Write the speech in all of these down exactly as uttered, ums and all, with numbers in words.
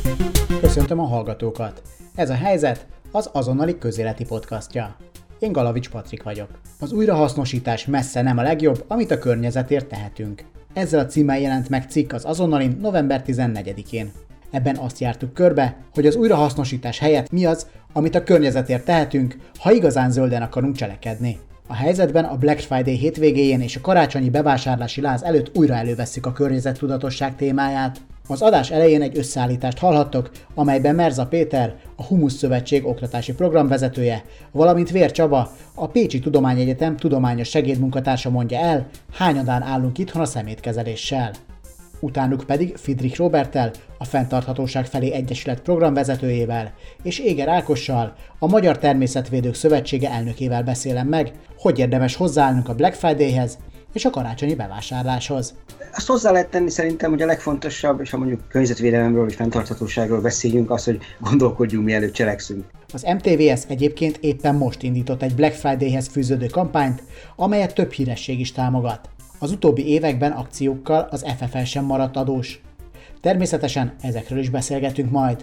Köszöntöm a hallgatókat! Ez a helyzet az Azonnali Közéleti Podcastja. Én Galavics Patrik vagyok. Az újrahasznosítás messze nem a legjobb, amit a környezetért tehetünk. Ezzel a címmel jelent meg cikk az Azonnalin november tizennegyedikén. Ebben azt jártuk körbe, hogy az újrahasznosítás helyett mi az, amit a környezetért tehetünk, ha igazán zölden akarunk cselekedni. A helyzetben a Black Friday hétvégéjén és a karácsonyi bevásárlási láz előtt újra elővesszük a környezettudatosság témáját. Az adás elején egy összeállítást hallhattok, amelyben Merza Péter, a Humusz Szövetség oktatási programvezetője, valamint Vér Csaba, a Pécsi Tudományegyetem tudományos segédmunkatársa mondja el, hányadán állunk itthon a szemétkezeléssel. Utánuk pedig Fidrich Róberttel, a Fenntarthatóság felé Egyesület programvezetőjével, és Éger Ákossal, a Magyar Természetvédők Szövetsége elnökével beszélem meg, hogy érdemes hozzáállnunk a Black Fridayhez és a karácsonyi bevásárláshoz. Azt hozzá lehet tenni szerintem, hogy a legfontosabb, és ha mondjuk környezetvédelemről és fenntarthatóságról beszéljünk, az, hogy gondolkodjunk, mielőtt cselekszünk. Az em té vé es egyébként éppen most indított egy Black Fridayhez fűződő kampányt, amelyet több híresség is támogat. Az utóbbi években akciókkal az ef ef el sem maradt adós. Természetesen ezekről is beszélgetünk majd.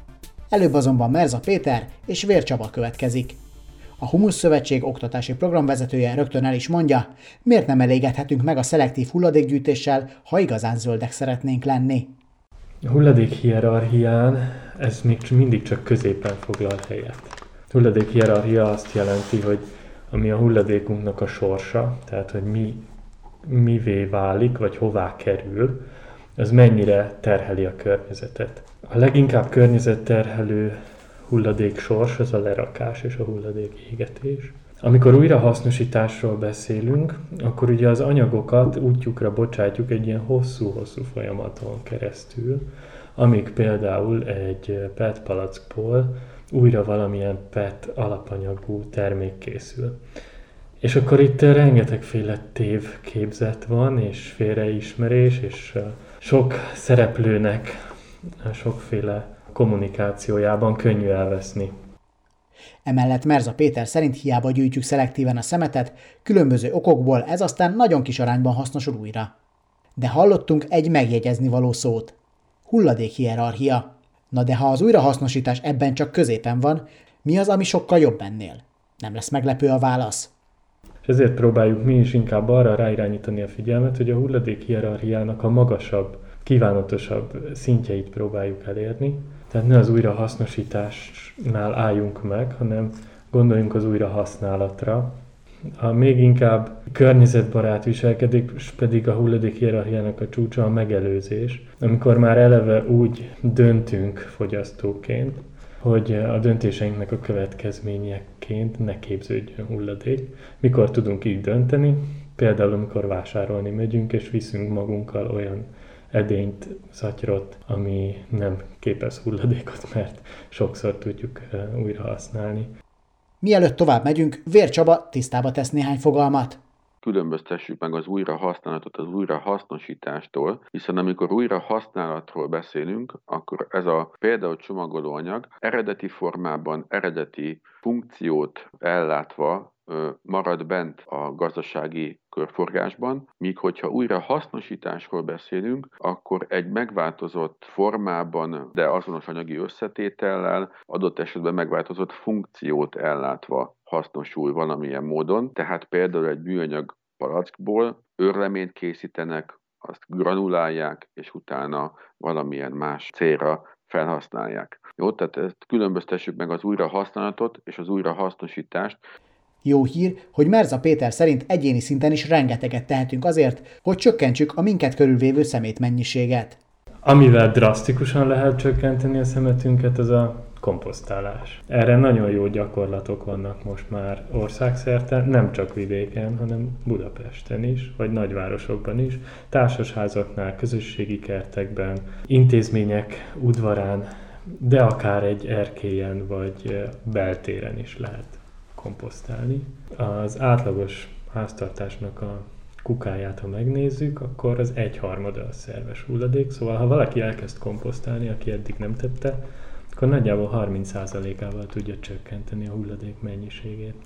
Előbb azonban Merza Péter és Vér Csaba következik. A Humusz Szövetség oktatási programvezetője rögtön el is mondja, miért nem elégedhetünk meg a szelektív hulladékgyűjtéssel, ha igazán zöldek szeretnénk lenni. A hulladék hierarchián ez még mindig csak középen foglal helyet. A hulladék hierarchia azt jelenti, hogy ami a hulladékunknak a sorsa, tehát hogy mi mivé válik, vagy hová kerül, az mennyire terheli a környezetet. A leginkább környezetterhelő hulladék sors az a lerakás és a hulladék égetés. Amikor újrahasznosításról beszélünk, akkor ugye az anyagokat útjukra bocsátjuk egy ilyen hosszú-hosszú folyamaton keresztül, amíg például egy pé é té palackból újra valamilyen pé é té alapanyagú termék készül. És akkor itt rengetegféle tévképzet van, és félreismerés, és sok szereplőnek sokféle kommunikációjában könnyű elveszni. Emellett Merza Péter szerint hiába gyűjtjük szelektíven a szemetet, különböző okokból ez aztán nagyon kis arányban hasznosul újra. De hallottunk egy megjegyezni való szót. Hulladékhierarchia. Na de ha az újrahasznosítás ebben csak középen van, mi az, ami sokkal jobb ennél? Nem lesz meglepő a válasz. És ezért próbáljuk mi is inkább arra ráirányítani a figyelmet, hogy a hulladék hierarchiának a magasabb, kívánatosabb szintjeit próbáljuk elérni. Tehát ne az újrahasznosításnál álljunk meg, hanem gondoljunk az újrahasználatra. A még inkább környezetbarát viselkedés pedig a hulladék hierarchiának a csúcsa a megelőzés, amikor már eleve úgy döntünk fogyasztóként, hogy a döntéseinknek a következményeként ne képződjön hulladék. Mikor tudunk így dönteni? Például, amikor vásárolni megyünk, és viszünk magunkkal olyan edényt, szatyrot, ami nem képez hulladékot, mert sokszor tudjuk újra használni. Mielőtt tovább megyünk, Vér Csaba tisztába tesz néhány fogalmat. Különböztessük meg az újrahasználatot az újrahasznosítástól, hiszen amikor újrahasználatról beszélünk, akkor ez a például csomagolóanyag eredeti formában, eredeti funkciót ellátva marad bent a gazdasági körforgásban, míg hogyha újrahasznosításról beszélünk, akkor egy megváltozott formában, de azonos anyagi összetétellel, adott esetben megváltozott funkciót ellátva hasznosul valamilyen módon. Tehát például egy műanyag palackból őrleményt készítenek, azt granulálják, és utána valamilyen más célra felhasználják. Jó, tehát ezt különböztessük meg az újrahasználatot és az újrahasznosítást. Jó hír, hogy Merza Péter szerint egyéni szinten is rengeteget tehetünk azért, hogy csökkentsük a minket körülvévő szemét mennyiséget. Amivel drasztikusan lehet csökkenteni a szemetünket, az a komposztálás. Erre nagyon jó gyakorlatok vannak most már országszerte, nem csak vidéken, hanem Budapesten is, vagy nagyvárosokban is, társasházaknál, közösségi kertekben, intézmények udvarán, de akár egy erkélyen vagy beltéren is lehet komposztálni. Az átlagos háztartásnak a kukáját, ha megnézzük, akkor az egyharmada a szerves hulladék. Szóval, ha valaki elkezd komposztálni, aki eddig nem tette, akkor nagyjából harminc százalékával tudja csökkenteni a hulladék mennyiségét.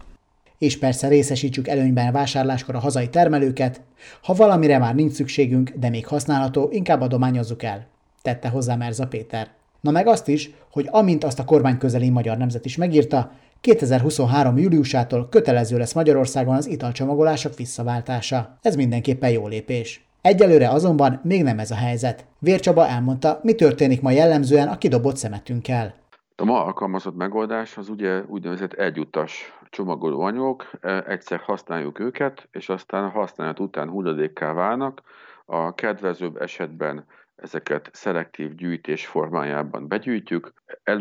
És persze részesítsük előnyben a vásárláskor a hazai termelőket. Ha valamire már nincs szükségünk, de még használható, inkább adományozzuk el, tette hozzá Merza Péter. Na meg azt is, hogy amint azt a kormányközeli Magyar Nemzet is megírta, kétezer-huszonhárom júliusától kötelező lesz Magyarországon az italcsomagolások visszaváltása. Ez mindenképpen jó lépés. Egyelőre azonban még nem ez a helyzet. Vér Csaba elmondta, mi történik ma jellemzően a kidobott szemetünkkel. A ma alkalmazott megoldás az ugye úgynevezett egyutas csomagolóanyagok, egyszer használjuk őket, és aztán a használat után hulladékká válnak. A kedvezőbb esetben ezeket szelektív gyűjtés formájában begyűjtjük,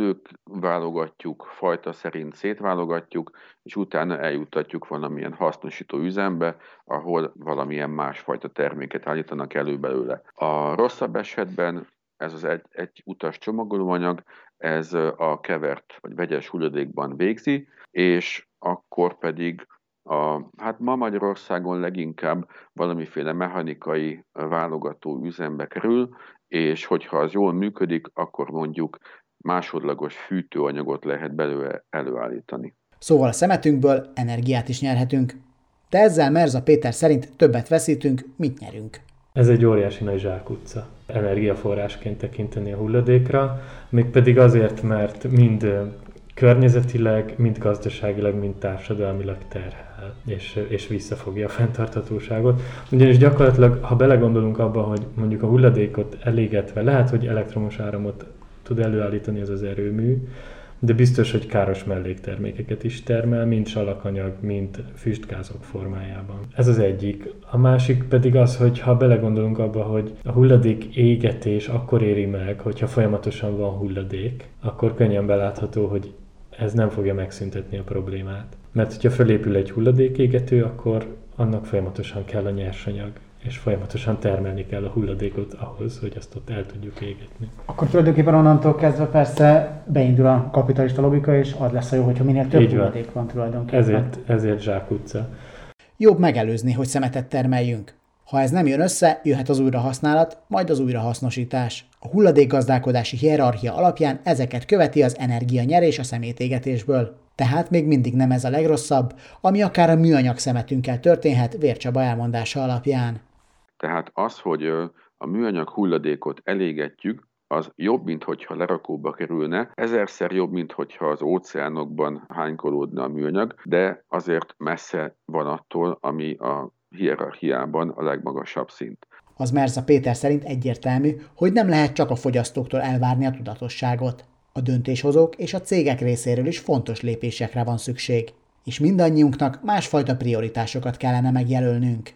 előválogatjuk, fajta szerint szétválogatjuk, és utána eljuttatjuk valamilyen hasznosító üzembe, ahol valamilyen másfajta terméket állítanak elő belőle. A rosszabb esetben ez az egy, egy utas csomagolóanyag, ez a kevert vagy vegyes hulladékban végzi, és akkor pedig a, hát ma Magyarországon leginkább valamiféle mechanikai válogató üzembe kerül, és hogyha az jól működik, akkor mondjuk másodlagos fűtőanyagot lehet belőle előállítani. Szóval a szemetünkből energiát is nyerhetünk, de ezzel Merza Péter szerint többet veszítünk, mint nyerünk. Ez egy óriási nagy zsákutca. Energiaforrásként tekinteni a hulladékra, mégpedig azért, mert mind környezetileg, mind gazdaságilag, mind társadalmilag terhel, és, és visszafogja a fenntarthatóságot. Ugyanis gyakorlatilag, ha belegondolunk abba, hogy mondjuk a hulladékot elégetve lehet, hogy elektromos áramot tud előállítani ez az erőmű, de biztos, hogy káros melléktermékeket is termel, mind salakanyag, mind füstgázok formájában. Ez az egyik. A másik pedig az, hogy ha belegondolunk abba, hogy a hulladék égetés akkor éri meg, hogyha folyamatosan van hulladék, akkor könnyen belátható, hogy ez nem fogja megszüntetni a problémát. Mert hogyha felépül egy hulladékégető, akkor annak folyamatosan kell a nyersanyag, és folyamatosan termelni kell a hulladékot ahhoz, hogy azt ott el tudjuk égetni. Akkor tulajdonképpen onnantól kezdve persze beindul a kapitalista logika, és az lesz a jó, hogyha minél több hulladék van tulajdonképpen. Ezért, ezért zsákutca. Jobb megelőzni, hogy szemetet termeljünk. Ha ez nem jön össze, jöhet az újrahasználat, majd az újrahasznosítás. A hulladékgazdálkodási hierarchia alapján ezeket követi az energianyerés a szemétégetésből. Tehát még mindig nem ez a legrosszabb, ami akár a műanyag szemetünkkel történhet Vér Csaba elmondása alapján. Tehát az, hogy a műanyag hulladékot elégetjük, az jobb, mint hogyha lerakóba kerülne, ezerszer jobb, mint hogyha az óceánokban hánykolódna a műanyag, de azért messze van attól, ami a hierarchiában a legmagasabb szint. Az Merza Péter szerint egyértelmű, hogy nem lehet csak a fogyasztóktól elvárni a tudatosságot. A döntéshozók és a cégek részéről is fontos lépésekre van szükség, és mindannyiunknak másfajta prioritásokat kellene megjelölnünk.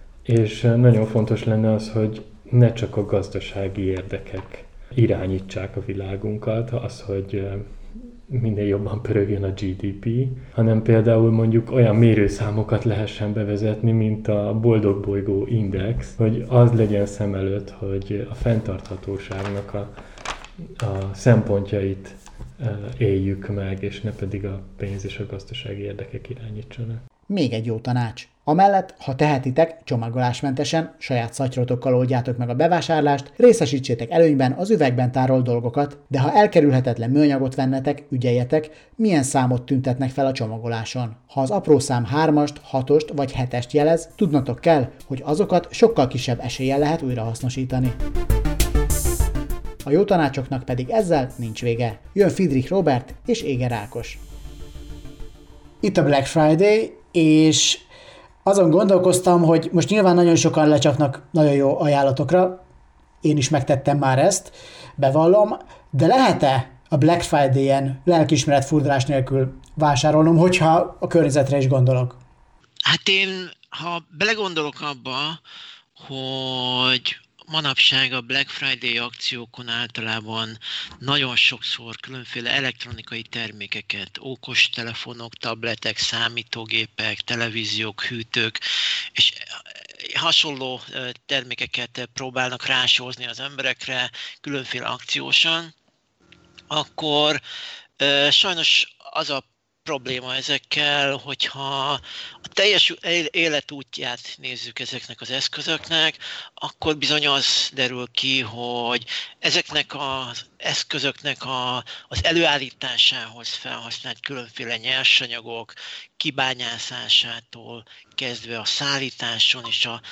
És nagyon fontos lenne az, hogy ne csak a gazdasági érdekek irányítsák a világunkat, az, hogy minél jobban pörögjön a gé dé pé, hanem például mondjuk olyan mérőszámokat lehessen bevezetni, mint a Boldog Bolygó Index, hogy az legyen szem előtt, hogy a fenntarthatóságnak a, a szempontjait éljük meg, és ne pedig a pénz és a gazdasági érdekek irányítsanak. Még egy jó tanács. Amellett, ha tehetitek, csomagolásmentesen, saját szatyrotokkal oldjátok meg a bevásárlást, részesítsétek előnyben az üvegben tárolt dolgokat, de ha elkerülhetetlen műanyagot vennetek, ügyeljetek, milyen számot tüntetnek fel a csomagoláson. Ha az apró szám hármast, hatost vagy hetest jelez, tudnotok kell, hogy azokat sokkal kisebb eséllyel lehet újrahasznosítani. A jó tanácsoknak pedig ezzel nincs vége. Jön Friedrich Robert és Éger Ákos. Itt a Black Friday, és azon gondolkoztam, hogy most nyilván nagyon sokan lecsapnak nagyon jó ajánlatokra, én is megtettem már ezt, bevallom, de lehet-e a Black Friday-en lelkiismeret furdalás nélkül vásárolnom, hogyha a környezetre is gondolok? Hát én, ha belegondolok abba, hogy manapság a Black Friday akciókon általában nagyon sokszor különféle elektronikai termékeket, okostelefonok, tabletek, számítógépek, televíziók, hűtők és hasonló termékeket próbálnak rásózni az emberekre különféle akciósan, akkor sajnos az a probléma ezekkel, hogyha a teljes életútját nézzük ezeknek az eszközöknek, akkor bizony az derül ki, hogy ezeknek az eszközöknek a, az előállításához felhasznált különféle nyersanyagok kibányászásától kezdve a szállításon és a,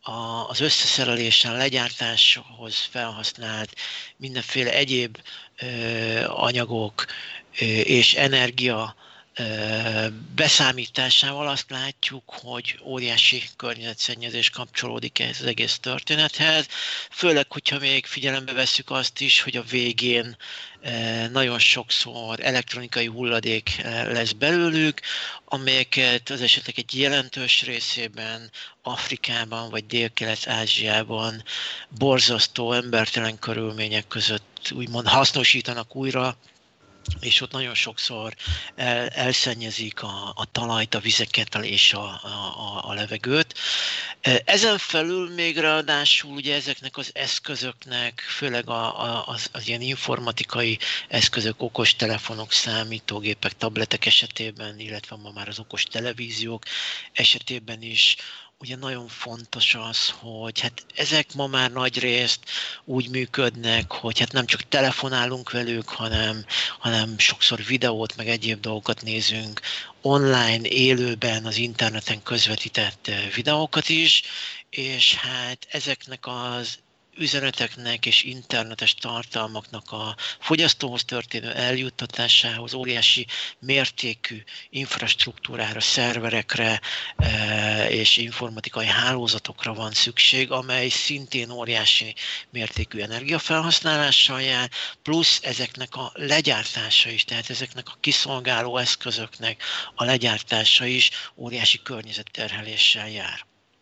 az összeszerelésen, legyártáshoz felhasznált mindenféle egyéb anyagok és energia beszámításával azt látjuk, hogy óriási környezetszennyezés kapcsolódik ehhez az egész történethez, főleg, hogyha még figyelembe vesszük azt is, hogy a végén nagyon sokszor elektronikai hulladék lesz belőlük, amelyeket az esetek egy jelentős részében Afrikában vagy Dél-Kelet-Ázsiában borzasztó, embertelen körülmények között úgymond hasznosítanak újra, és ott nagyon sokszor el, elszennyezik a, a talajt, a vizeket és a, a, a levegőt. Ezen felül még ráadásul ugye ezeknek az eszközöknek, főleg a, a, az, az ilyen informatikai eszközök, okostelefonok, számítógépek, tabletek esetében, illetve ma már az okos televíziók esetében is, ugye nagyon fontos az, hogy hát ezek ma már nagy részt úgy működnek, hogy hát nem csak telefonálunk velük, hanem, hanem sokszor videót, meg egyéb dolgokat nézünk online, élőben, az interneten közvetített videókat is, és hát ezeknek az üzeneteknek és internetes tartalmaknak a fogyasztóhoz történő eljuttatásához óriási mértékű infrastruktúrára, szerverekre és informatikai hálózatokra van szükség, amely szintén óriási mértékű energiafelhasználással jár, plusz ezeknek a legyártása is, tehát ezeknek a kiszolgáló eszközöknek a legyártása is óriási környezetterheléssel jár.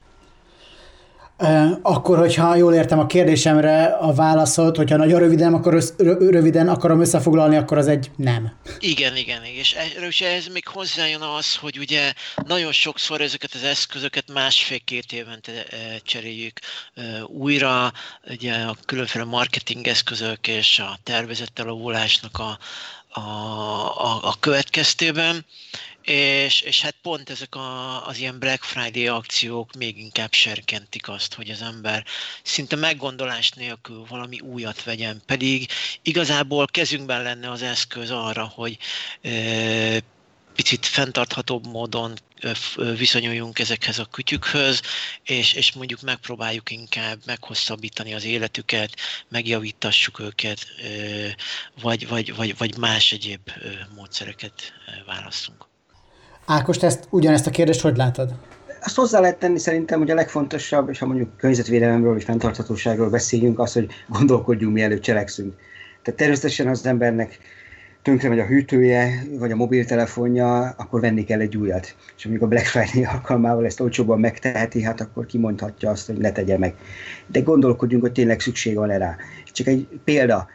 Akkor, hogyha jól értem a kérdésemre a válaszot, hogyha nagyon röviden, akkor össz, röviden akarom összefoglalni, akkor az egy nem. Igen, igen, és ehhez még hozzájön az, hogy ugye nagyon sokszor ezeket az eszközöket másfél-két évente cseréljük újra, ugye a különféle marketing eszközök és a tervezett elavulásnak a, a, a, a következtében. És, és hát pont ezek a, az ilyen Black Friday akciók még inkább serkentik azt, hogy az ember szinte meggondolás nélkül valami újat vegyen, pedig igazából kezünkben lenne az eszköz arra, hogy e, picit fenntarthatóbb módon viszonyuljunk ezekhez a kütyükhöz, és, és mondjuk megpróbáljuk inkább meghosszabbítani az életüket, megjavítassuk őket, vagy, vagy, vagy, vagy más egyéb módszereket választunk. Ákos, te ezt, ugyanezt a kérdést hogy látod? Azt hozzá lehet tenni szerintem, hogy a legfontosabb, és ha mondjuk környezetvédelemről vagy fenntarthatóságról beszéljünk, az, hogy gondolkodjunk, mielőtt cselekszünk. Tehát természetesen az embernek tönkre megy a hűtője, vagy a mobiltelefonja, akkor venni kell egy újat. És mondjuk a Black Friday alkalmával ezt olcsóban megteheti, hát akkor kimondhatja azt, hogy ne tegye meg. De gondolkodjunk, hogy tényleg szükség van rá. Csak egy példa,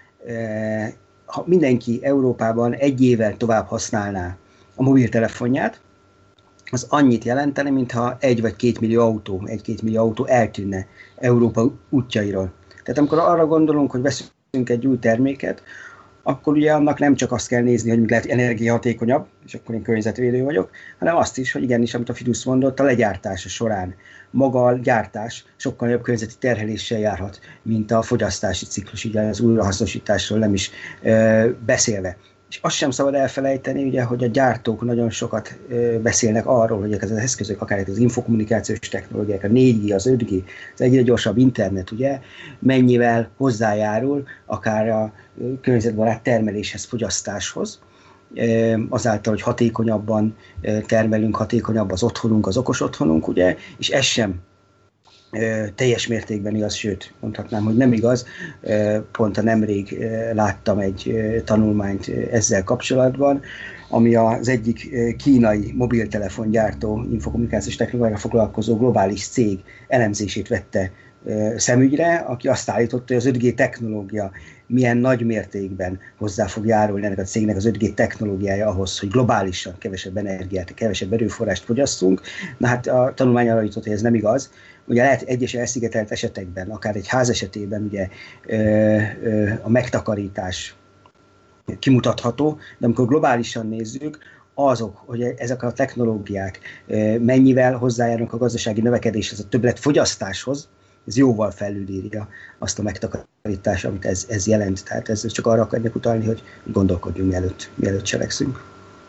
ha mindenki Európában egy évvel tovább használná a mobiltelefonját, az annyit jelentene, mintha egy vagy két millió autó, egy-két millió autó eltűnne Európa útjairól. Tehát amikor arra gondolunk, hogy veszünk egy új terméket, akkor ugye annak nem csak azt kell nézni, hogy lehet energiahatékonyabb, és akkor én környezetvédő vagyok, hanem azt is, hogy igenis, amit a Fidusz mondott, a legyártása során maga a gyártás sokkal nagyobb környezeti terheléssel járhat, mint a fogyasztási ciklus, ugye az újrahasznosításról nem is ö, beszélve. És azt sem szabad elfelejteni, ugye, hogy a gyártók nagyon sokat ö, beszélnek arról, hogy ezek az eszközök, akár az infokommunikációs technológiák, a négy G, az öt G, az egyre gyorsabb internet, ugye, mennyivel hozzájárul akár a környezetbarát termeléshez, fogyasztáshoz, ö, azáltal, hogy hatékonyabban termelünk, hatékonyabb az otthonunk, az okos otthonunk, ugye, és ez sem teljes mértékben igaz, sőt, mondhatnám, hogy nem igaz. Pont a nemrég láttam egy tanulmányt ezzel kapcsolatban, ami az egyik kínai mobiltelefongyártó, infokommunikációs technológiára foglalkozó globális cég elemzését vette szemügyre, aki azt állította, hogy az öt G technológia milyen nagy mértékben hozzá fog járulni ennek a cégnek az öt G technológiája ahhoz, hogy globálisan kevesebb energiát, kevesebb erőforrást fogyasztunk. Na hát a tanulmány arra jutott, hogy ez nem igaz. Ugye lehet egyes elszigetelt esetekben, akár egy ház esetében ugye ö, ö, a megtakarítás kimutatható, de amikor globálisan nézzük, azok, hogy ezek a technológiák ö, mennyivel hozzájárulnak a gazdasági növekedéshez, a többletfogyasztáshoz, ez jóval felülírja azt a megtakarítást, amit ez, ez jelent. Tehát ez csak arra akarnak utalni, hogy gondolkodjunk, mielőtt, mielőtt cselekszünk.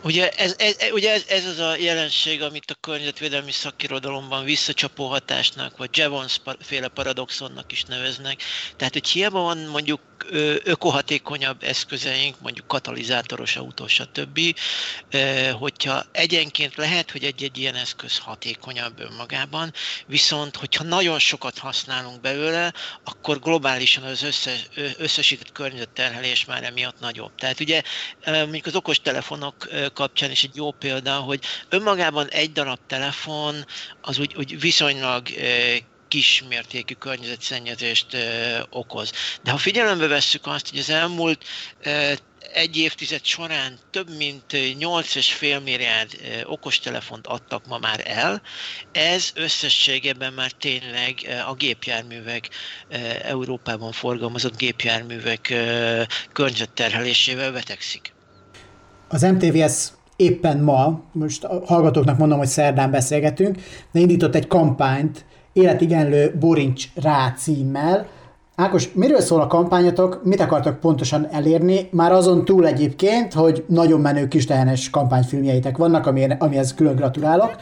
Ugye ez, ez, ugye ez, ez az a jelenség, amit a környezetvédelmi szakirodalomban visszacsapóhatásnak, vagy Jevons féle paradoxonnak is neveznek. Tehát, hogy hiába van mondjuk ökohatékonyabb eszközeink, mondjuk katalizátoros autó, stb., hogyha egyenként lehet, hogy egy-egy ilyen eszköz hatékonyabb önmagában, viszont hogyha nagyon sokat használunk belőle, akkor globálisan az összes, összesített környezetterhelés már emiatt nagyobb. Tehát ugye mondjuk az okostelefonok kapcsán is egy jó példa, hogy önmagában egy darab telefon az úgy, úgy viszonylag kismértékű környezetszennyezést okoz. De ha figyelembe vesszük azt, hogy az elmúlt egy évtized során több mint nyolc egész öt milliárd okostelefont adtak ma már el, ez összességében már tényleg a gépjárművek, Európában forgalmazott gépjárművek környezetterhelésével vetekszik. Az em té vé es éppen ma, most a hallgatóknak mondom, hogy szerdán beszélgetünk, de indított egy kampányt, Életigenlő Borincs rá címmel. Ákos, miről szól a kampányatok, mit akartok pontosan elérni? Már azon túl egyébként, hogy nagyon menő kis tehenes kampányfilmjeitek vannak, amihez külön gratulálok.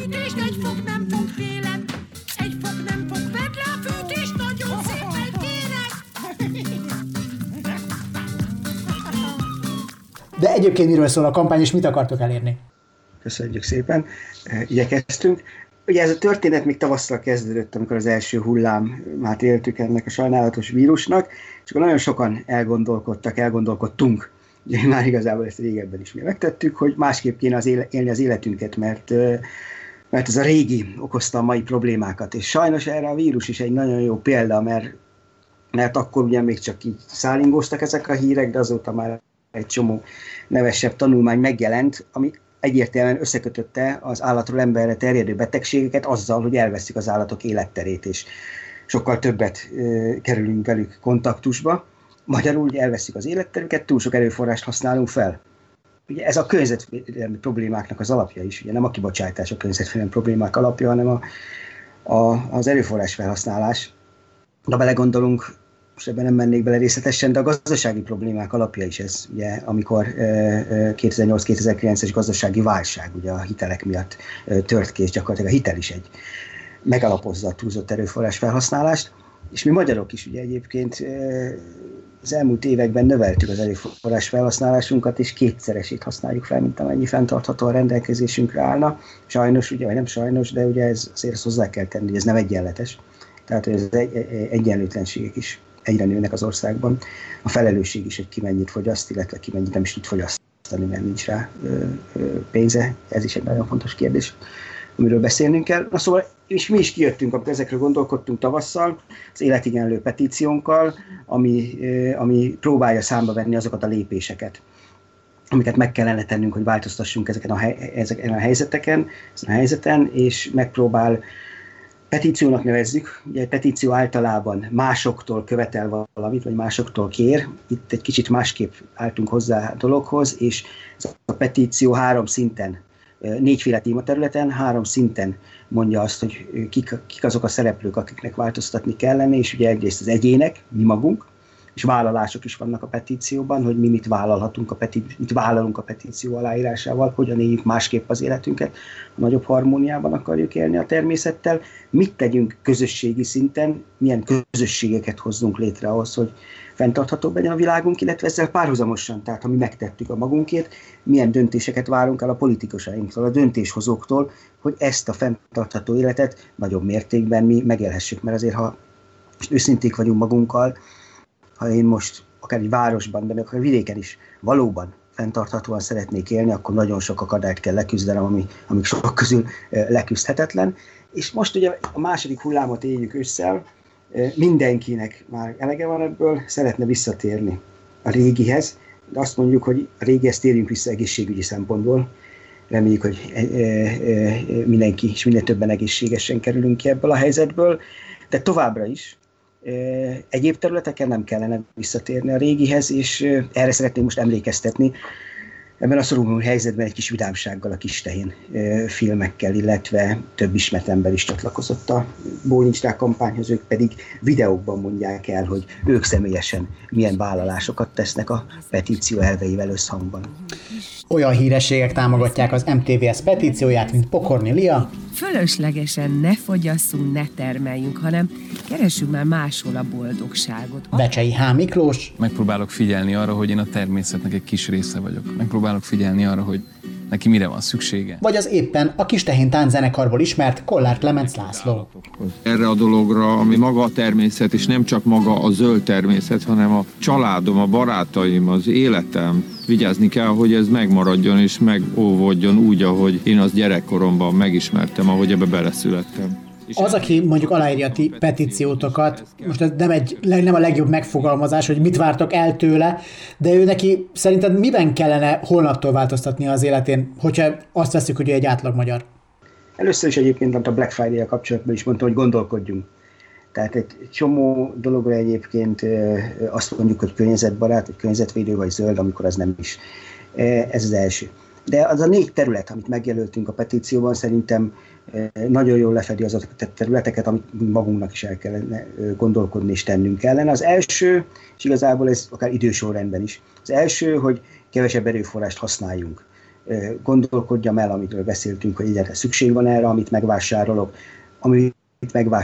De egyébként miről szól a kampány, és mit akartok elérni? Köszönjük szépen. Igyekeztünk. Ugye ez a történet még tavasszal kezdődött, amikor az első hullámát éltük ennek a sajnálatos vírusnak, és akkor nagyon sokan elgondolkodtak, elgondolkodtunk, ugye már igazából ezt régebben is mi megtettük, hogy másképp kéne az éle, élni az életünket, mert, mert ez a régi okozta a mai problémákat, és sajnos erre a vírus is egy nagyon jó példa, mert, mert akkor ugye még csak így szállingóztak ezek a hírek, de azóta már egy csomó nevesebb tanulmány megjelent, ami egyértelműen összekötötte az állatról emberre terjedő betegségeket azzal, hogy elveszik az állatok életterét, és sokkal többet ö, kerülünk velük kontaktusba. Magyarul ugye elveszik az életterüket, túl sok erőforrást használunk fel. Ugye ez a környezetvédelmi problémáknak az alapja is, ugye nem a kibocsátás a környezetvédelmi problémák alapja, hanem a, a, az erőforrás felhasználás. De belegondolunk, most ebben nem mennék bele részletesen, de a gazdasági problémák alapja is ez, ugye, amikor kétezer-nyolc kétezer-kilences gazdasági válság ugye a hitelek miatt tört ki, és gyakorlatilag a hitel is egy megalapozza a túlzott erőforrás felhasználást, és mi magyarok is ugye egyébként az elmúlt években növeltük az erőforrás felhasználásunkat, és kétszeresét használjuk fel, mint amennyi fenntarthatóan rendelkezésünkre állna. Sajnos, ugye, vagy nem sajnos, de ugye ez azért ezt hozzá kell tenni, hogy ez nem egyenletes. Tehát hogy az egyenlőtlenségek is egyre nőnek az országban. A felelősség is, hogy ki mennyit fogyaszt, illetve ki mennyit nem is tud fogyasztani, mert nincs rá ö, ö, pénze. Ez is egy nagyon fontos kérdés, amiről beszélnünk kell. Na szóval, és mi is kijöttünk, amikor ezekről gondolkodtunk tavasszal, az Életigenlő petíciónkkal, ami, ö, ami próbálja számba venni azokat a lépéseket, amiket meg kellene tennünk, hogy változtassunk ezeken a, hely, ezeken a helyzeteken, ezen a helyzeten, és megpróbál petíciónak nevezzük, ugye egy petíció általában másoktól követel valamit, vagy másoktól kér. Itt egy kicsit másképp álltunk hozzá a dologhoz, és ez a petíció három szinten, négyféle tématerületen, három szinten mondja azt, hogy kik, kik azok a szereplők, akiknek változtatni kellene, és ugye egyrészt az egyének, mi magunk, és vállalások is vannak a petícióban, hogy mi mit vállalhatunk, a peti- mit vállalunk a petíció aláírásával, hogyan éljük másképp az életünket, a nagyobb harmóniában akarjuk élni a természettel, mit tegyünk közösségi szinten, milyen közösségeket hozzunk létre ahhoz, hogy fenntarthatóbb legyen a világunk, illetve ezzel párhuzamosan, tehát ha mi megtettük a magunkét, milyen döntéseket várunk el a politikusainktól, a döntéshozóktól, hogy ezt a fenntartható életet nagyobb mértékben mi megélhessük, mert azért, ha most őszinték vagyunk magunkkal, ha én most akár egy városban, de akár vidéken is valóban fenntarthatóan szeretnék élni, akkor nagyon sok akadályt kell leküzdenem, ami, amik sok közül leküzdhetetlen. És most ugye a második hullámot éljük ősszel, mindenkinek már elege van ebből, szeretne visszatérni a régihez, de azt mondjuk, hogy a régihez térjünk vissza egészségügyi szempontból. Reméljük, hogy mindenki és minél többen egészségesen kerülünk ki ebből a helyzetből, de továbbra is egyéb területeken nem kellene visszatérni a régihez, és erre szeretném most emlékeztetni ebben a szoruló helyzetben egy kis vidámsággal a Kistehén filmekkel, illetve több ismert ember is csatlakozott a Bólincs rá kampányhoz, ők pedig videókban mondják el, hogy ők személyesen milyen vállalásokat tesznek a petíció elveivel összhangban. Olyan hírességek támogatják az em té vé es petícióját, mint Pokorni Lia. Fölöslegesen ne fogyasszunk, ne termeljünk, hanem keressünk már máshol a boldogságot. Becsei H. Miklós. Megpróbálok figyelni arra, hogy én a természetnek egy kis része vagyok. Megpróbálok figyelni arra, hogy neki mire van szüksége. Vagy az éppen a Kistehén tánczenekarból ismert Kollár Klemenc László. Erre a dologra, ami maga a természet, és nem csak maga a zöld természet, hanem a családom, a barátaim, az életem. Vigyázni kell, hogy ez megmaradjon és megóvodjon úgy, ahogy én azt gyerekkoromban megismertem, ahogy ebbe beleszülettem. Az, aki mondjuk aláírja a ti petíciótokat, most ez nem, egy, nem a legjobb megfogalmazás, hogy mit vártok el tőle, de ő neki szerinted miben kellene holnaptól változtatni az életén, hogyha azt veszük, hogy ő egy átlag magyar? Először is egyébként a Black Friday-a kapcsolatban is mondtam, hogy gondolkodjunk. Tehát egy csomó dologra egyébként azt mondjuk, hogy környezetbarát, vagy környezetvédő, vagy zöld, amikor az nem is. Ez az első. De az a négy terület, amit megjelöltünk a petícióban, szerintem nagyon jól lefedi azokat a területeket, amit magunknak is el kellene gondolkodni és tennünk kellene. Az első, és igazából ez akár idősorrendben is, az első, hogy kevesebb erőforrást használjunk. Gondolkodjam el, amitől beszéltünk, hogy egyáltalán szükség van erre, amit megvásárolok, amit megvásárolok,